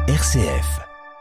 RCF.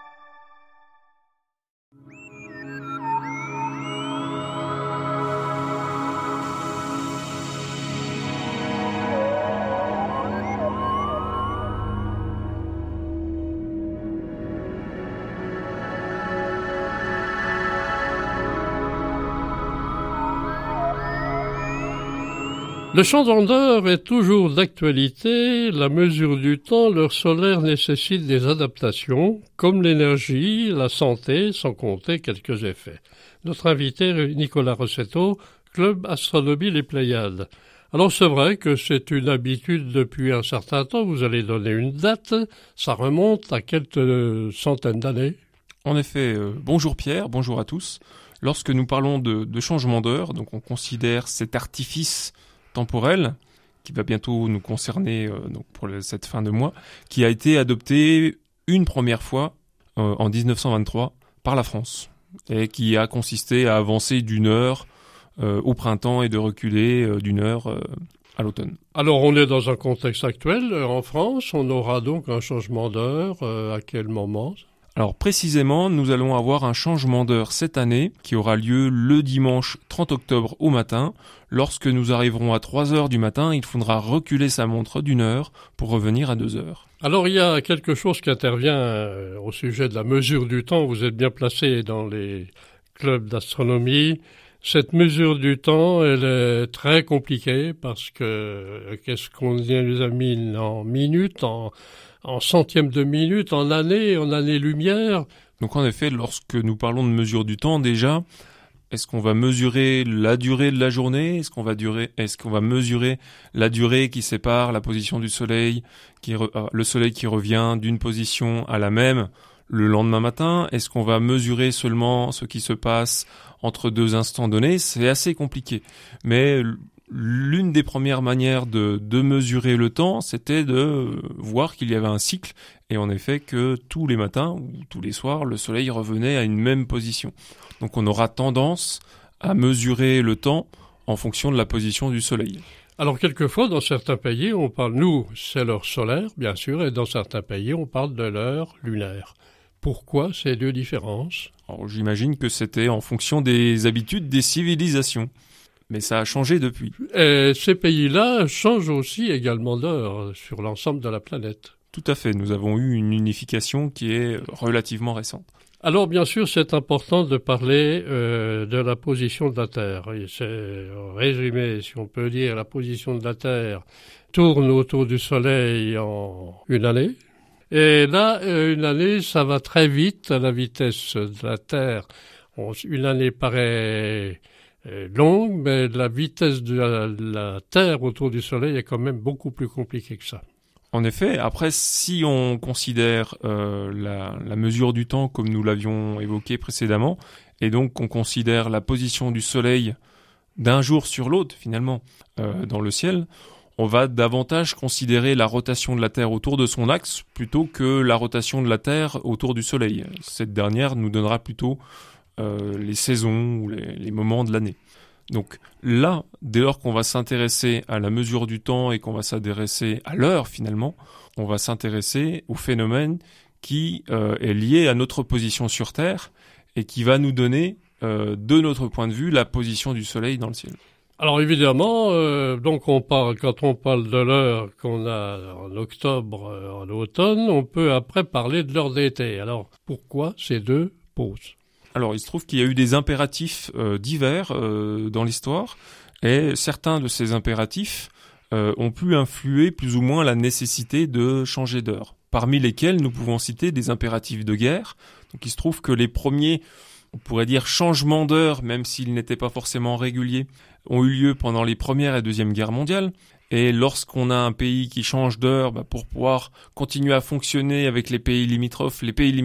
Le changement d'heure est toujours d'actualité. La mesure du temps, l'heure solaire nécessite des adaptations, comme l'énergie, la santé, sans compter quelques effets. Notre invité est Nicolas Rossetto, Club Astronomie Les Pléiades. Alors c'est vrai que c'est une habitude depuis un certain temps. Vous allez donner une date. Ça remonte à quelques centaines d'années. En effet, bonjour Pierre, bonjour à tous. Lorsque nous parlons de changement d'heure, donc on considère cet artifice temporel qui va bientôt nous concerner donc pour cette fin de mois, qui a été adopté une première fois en 1923 par la France et qui a consisté à avancer d'une heure au printemps et de reculer d'une heure à l'automne. Alors on est dans un contexte actuel en France, on aura donc un changement d'heure, à quel moment ? Alors précisément, nous allons avoir un changement d'heure cette année qui aura lieu le dimanche 30 octobre au matin. Lorsque nous arriverons à 3 heures du matin, il faudra reculer sa montre d'une heure pour revenir à 2 heures. Alors il y a quelque chose qui intervient au sujet de la mesure du temps. Vous êtes bien placé dans les clubs d'astronomie. Cette mesure du temps, elle est très compliquée parce que qu'est-ce qu'on les a mis en minutes, en centièmes de minute, en années-lumière. Donc en effet, lorsque nous parlons de mesure du temps, déjà, est-ce qu'on va mesurer la durée de la journée ? Est-ce qu'on va mesurer la durée qui sépare la position du soleil, le soleil qui revient d'une position à la même le lendemain matin ? Est-ce qu'on va mesurer seulement ce qui se passe entre deux instants donnés ? C'est assez compliqué. Mais l'une des premières manières de mesurer le temps, c'était de voir qu'il y avait un cycle, et en effet que tous les matins ou tous les soirs, le soleil revenait à une même position. Donc on aura tendance à mesurer le temps en fonction de la position du soleil. Alors quelquefois, dans certains pays, on parle, nous, c'est l'heure solaire, bien sûr, et dans certains pays, on parle de l'heure lunaire. Pourquoi ces deux différences ? Alors, j'imagine que c'était en fonction des habitudes des civilisations. Mais ça a changé depuis. Et ces pays-là changent aussi également d'heure sur l'ensemble de la planète. Tout à fait, nous avons eu une unification qui est relativement récente. Alors bien sûr, c'est important de parler de la position de la Terre. Et c'est résumé, si on peut dire, la position de la Terre tourne autour du Soleil en une année. Et là, une année, ça va très vite à la vitesse de la Terre. Une année paraît longue, mais la vitesse de la Terre autour du Soleil est quand même beaucoup plus compliquée que ça. En effet, après, si on considère la mesure du temps comme nous l'avions évoqué précédemment, et donc qu'on considère la position du Soleil d'un jour sur l'autre, finalement, dans le ciel, on va davantage considérer la rotation de la Terre autour de son axe plutôt que la rotation de la Terre autour du Soleil. Cette dernière nous donnera plutôt les saisons ou les moments de l'année. Donc là, dès lors qu'on va s'intéresser à la mesure du temps et qu'on va s'intéresser à l'heure finalement, on va s'intéresser au phénomène qui est lié à notre position sur Terre et qui va nous donner, de notre point de vue, la position du Soleil dans le ciel. Alors évidemment, donc quand on parle de l'heure qu'on a en octobre, en automne, on peut après parler de l'heure d'été. Alors pourquoi ces deux pauses ? Alors, il se trouve qu'il y a eu des impératifs divers dans l'histoire, et certains de ces impératifs ont pu influer plus ou moins la nécessité de changer d'heure. Parmi lesquels nous pouvons citer des impératifs de guerre. Donc, il se trouve que les premiers, on pourrait dire, changements d'heure, même s'ils n'étaient pas forcément réguliers, ont eu lieu pendant les Premières et Deuxième Guerres mondiales. Et lorsqu'on a un pays qui change d'heure, pour pouvoir continuer à fonctionner avec les pays limitrophes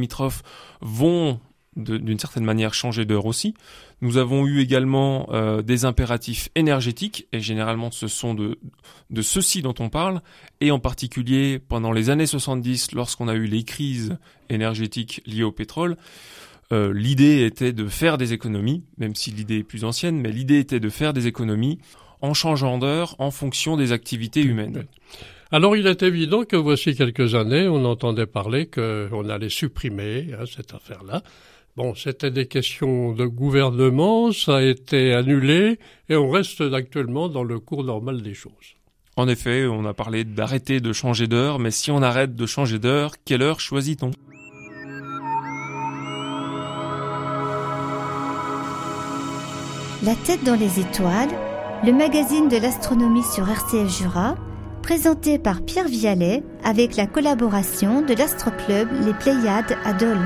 vont d'une certaine manière changer d'heure aussi. Nous avons eu également des impératifs énergétiques, et généralement ce sont de ceux-ci dont on parle, et en particulier pendant les années 70, lorsqu'on a eu les crises énergétiques liées au pétrole, l'idée était de faire des économies, même si l'idée est plus ancienne, mais l'idée était de faire des économies en changeant d'heure en fonction des activités humaines. Alors il est évident que voici quelques années, on entendait parler qu'on allait supprimer cette affaire-là. Bon, c'était des questions de gouvernement, ça a été annulé et on reste actuellement dans le cours normal des choses. En effet, on a parlé d'arrêter de changer d'heure, mais si on arrête de changer d'heure, quelle heure choisit-on ? La tête dans les étoiles, le magazine de l'astronomie sur RCF Jura, présenté par Pierre Vialet avec la collaboration de l'Astroclub Les Pléiades à Dole.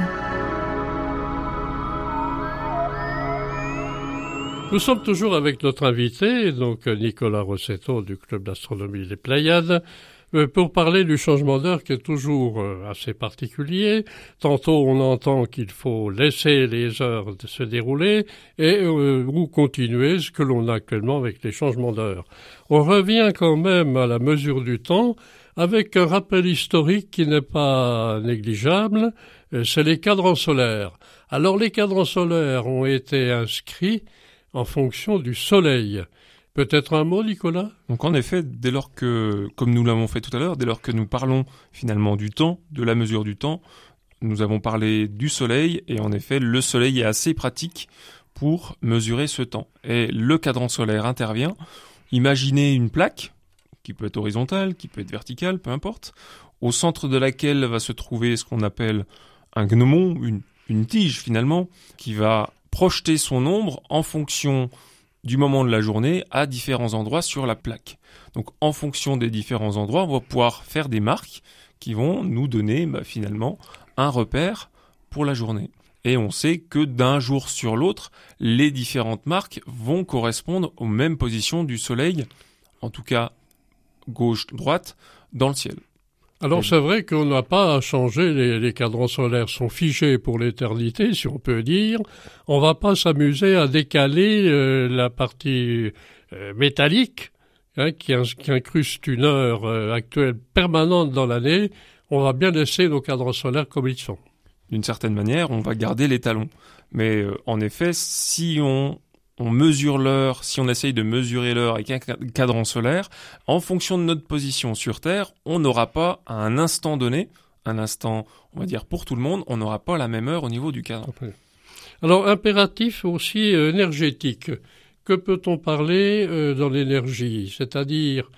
Nous sommes toujours avec notre invité, donc Nicolas Rossetto du Club d'astronomie des Pléiades, pour parler du changement d'heure qui est toujours assez particulier. Tantôt on entend qu'il faut laisser les heures se dérouler et ou continuer ce que l'on a actuellement avec les changements d'heure. On revient quand même à la mesure du temps avec un rappel historique qui n'est pas négligeable, c'est les cadrans solaires. Alors les cadrans solaires ont été inscrits en fonction du soleil. Peut-être un mot, Nicolas ? Donc en effet, dès lors que, comme nous l'avons fait tout à l'heure, dès lors que nous parlons finalement du temps, de la mesure du temps, nous avons parlé du soleil, et en effet, le soleil est assez pratique pour mesurer ce temps. Et le cadran solaire intervient. Imaginez une plaque, qui peut être horizontale, qui peut être verticale, peu importe, au centre de laquelle va se trouver ce qu'on appelle un gnomon, une tige finalement, qui va projeter son ombre en fonction du moment de la journée à différents endroits sur la plaque. Donc en fonction des différents endroits, on va pouvoir faire des marques qui vont nous donner finalement un repère pour la journée. Et on sait que d'un jour sur l'autre, les différentes marques vont correspondre aux mêmes positions du soleil, en tout cas gauche-droite, dans le ciel. Alors c'est vrai qu'on n'a pas à changer, les cadrans solaires sont figés pour l'éternité, si on peut dire. On va pas s'amuser à décaler la partie métallique qui incruste une heure actuelle permanente dans l'année. On va bien laisser nos cadrans solaires comme ils sont. D'une certaine manière, on va garder les talons. Mais en effet, si on mesure l'heure, si on essaye de mesurer l'heure avec un cadran solaire, en fonction de notre position sur Terre, on n'aura pas à un instant donné, un instant, on va dire pour tout le monde, on n'aura pas la même heure au niveau du cadran. Alors, impératif aussi énergétique. Que peut-on parler dans l'énergie ? C'est-à-dire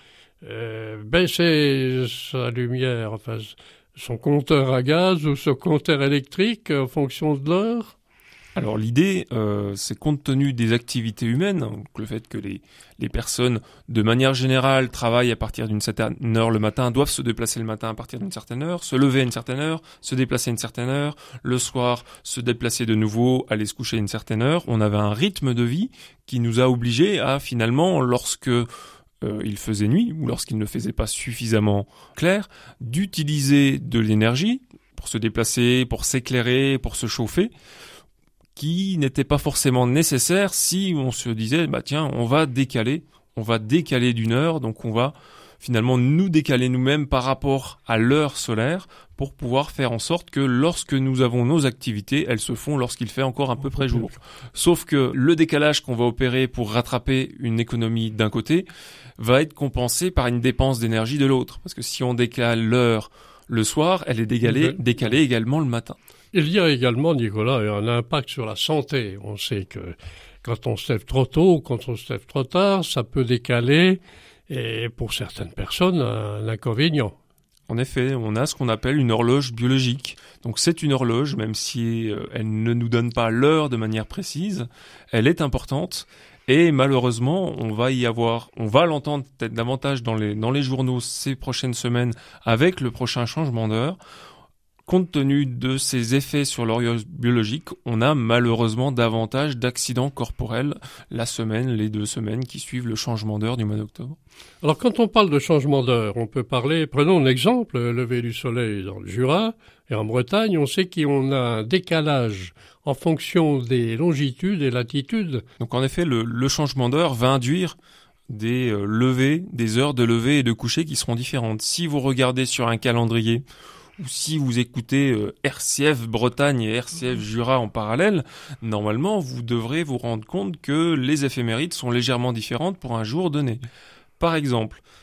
baisser sa lumière, enfin son compteur à gaz ou son compteur électrique en fonction de l'heure ? Alors l'idée, c'est compte tenu des activités humaines, donc le fait que les personnes, de manière générale, travaillent à partir d'une certaine heure le matin, doivent se déplacer le matin à partir d'une certaine heure, se lever à une certaine heure, se déplacer à une certaine heure, le soir se déplacer de nouveau, aller se coucher à une certaine heure. On avait un rythme de vie qui nous a obligés à finalement, lorsque il faisait nuit ou lorsqu'il ne faisait pas suffisamment clair, d'utiliser de l'énergie pour se déplacer, pour s'éclairer, pour se chauffer, qui n'était pas forcément nécessaire si on se disait tiens, on va décaler d'une heure, donc on va finalement nous décaler nous-mêmes par rapport à l'heure solaire pour pouvoir faire en sorte que lorsque nous avons nos activités, elles se font lorsqu'il fait encore à peu près jour. Sauf que le décalage qu'on va opérer pour rattraper une économie d'un côté va être compensé par une dépense d'énergie de l'autre. Parce que si on décale l'heure le soir, elle est décalée également le matin. Il y a également, Nicolas, un impact sur la santé. On sait que quand on se lève trop tôt ou quand on se lève trop tard, ça peut décaler et pour certaines personnes, un inconvénient. En effet, on a ce qu'on appelle une horloge biologique. Donc c'est une horloge, même si elle ne nous donne pas l'heure de manière précise, elle est importante. Et malheureusement, on va l'entendre peut-être davantage dans les journaux ces prochaines semaines avec le prochain changement d'heure. Compte tenu de ces effets sur l'horloge biologique, on a malheureusement davantage d'accidents corporels les 2 semaines qui suivent le changement d'heure du mois d'octobre. Alors quand on parle de changement d'heure, on peut parler, prenons l'exemple, le lever du soleil dans le Jura et en Bretagne, on sait qu'on a un décalage en fonction des longitudes et latitudes. Donc en effet, le changement d'heure va induire des heures de lever et de coucher qui seront différentes. Si vous regardez sur un calendrier, ou si vous écoutez RCF Bretagne et RCF Jura en parallèle, normalement, vous devrez vous rendre compte que les éphémérides sont légèrement différentes pour un jour donné. Par exemple,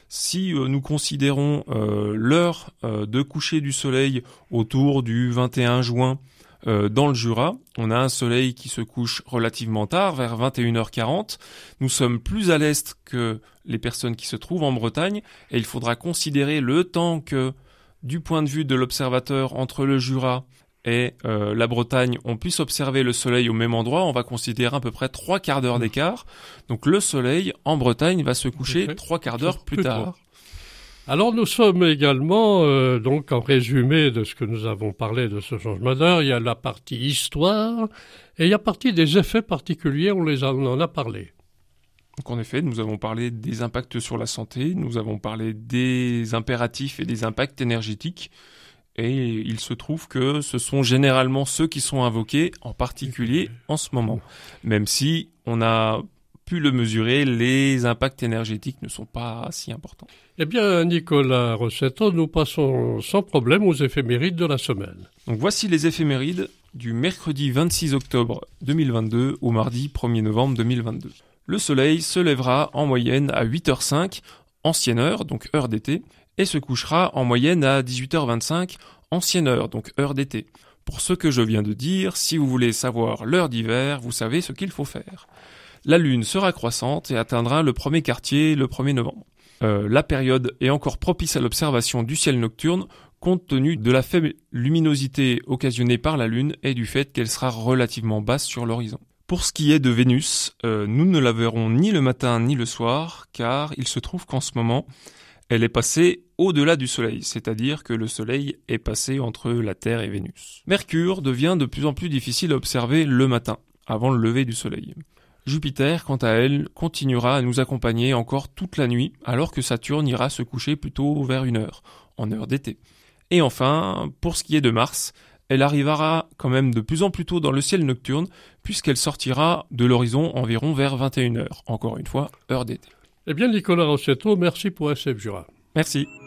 Si nous considérons l'heure de coucher du soleil autour du 21 juin dans le Jura, on a un soleil qui se couche relativement tard, vers 21h40. Nous sommes plus à l'est que les personnes qui se trouvent en Bretagne, et il faudra considérer le temps que, du point de vue de l'observateur entre le Jura et la Bretagne, on puisse observer le soleil au même endroit. On va considérer à peu près 3 quarts d'heure d'écart. Donc le soleil en Bretagne va se coucher 3 quarts d'heure plus tard. Alors nous sommes également, donc en résumé de ce que nous avons parlé de ce changement d'heure, il y a la partie histoire et il y a la partie des effets particuliers, on en a parlé. Donc en effet, nous avons parlé des impacts sur la santé, nous avons parlé des impératifs et des impacts énergétiques, et il se trouve que ce sont généralement ceux qui sont invoqués, en particulier en ce moment. Même si on a pu le mesurer, les impacts énergétiques ne sont pas si importants. Eh bien, Nicolas Rossetto, nous passons sans problème aux éphémérides de la semaine. Donc voici les éphémérides du mercredi 26 octobre 2022 au mardi 1er novembre 2022. Le soleil se lèvera en moyenne à 8h05, ancienne heure, donc heure d'été, et se couchera en moyenne à 18h25, ancienne heure, donc heure d'été. Pour ce que je viens de dire, si vous voulez savoir l'heure d'hiver, vous savez ce qu'il faut faire. La lune sera croissante et atteindra le premier quartier le 1er novembre. La période est encore propice à l'observation du ciel nocturne, compte tenu de la faible luminosité occasionnée par la lune et du fait qu'elle sera relativement basse sur l'horizon. Pour ce qui est de Vénus, nous ne la verrons ni le matin ni le soir, car il se trouve qu'en ce moment, elle est passée au-delà du Soleil, c'est-à-dire que le Soleil est passé entre la Terre et Vénus. Mercure devient de plus en plus difficile à observer le matin, avant le lever du Soleil. Jupiter, quant à elle, continuera à nous accompagner encore toute la nuit, alors que Saturne ira se coucher plutôt vers 1h, en heure d'été. Et enfin, pour ce qui est de Mars, elle arrivera quand même de plus en plus tôt dans le ciel nocturne, puisqu'elle sortira de l'horizon environ vers 21h, encore une fois, heure d'été. Eh bien, Nicolas Rossetto, merci pour SF Jura. Merci.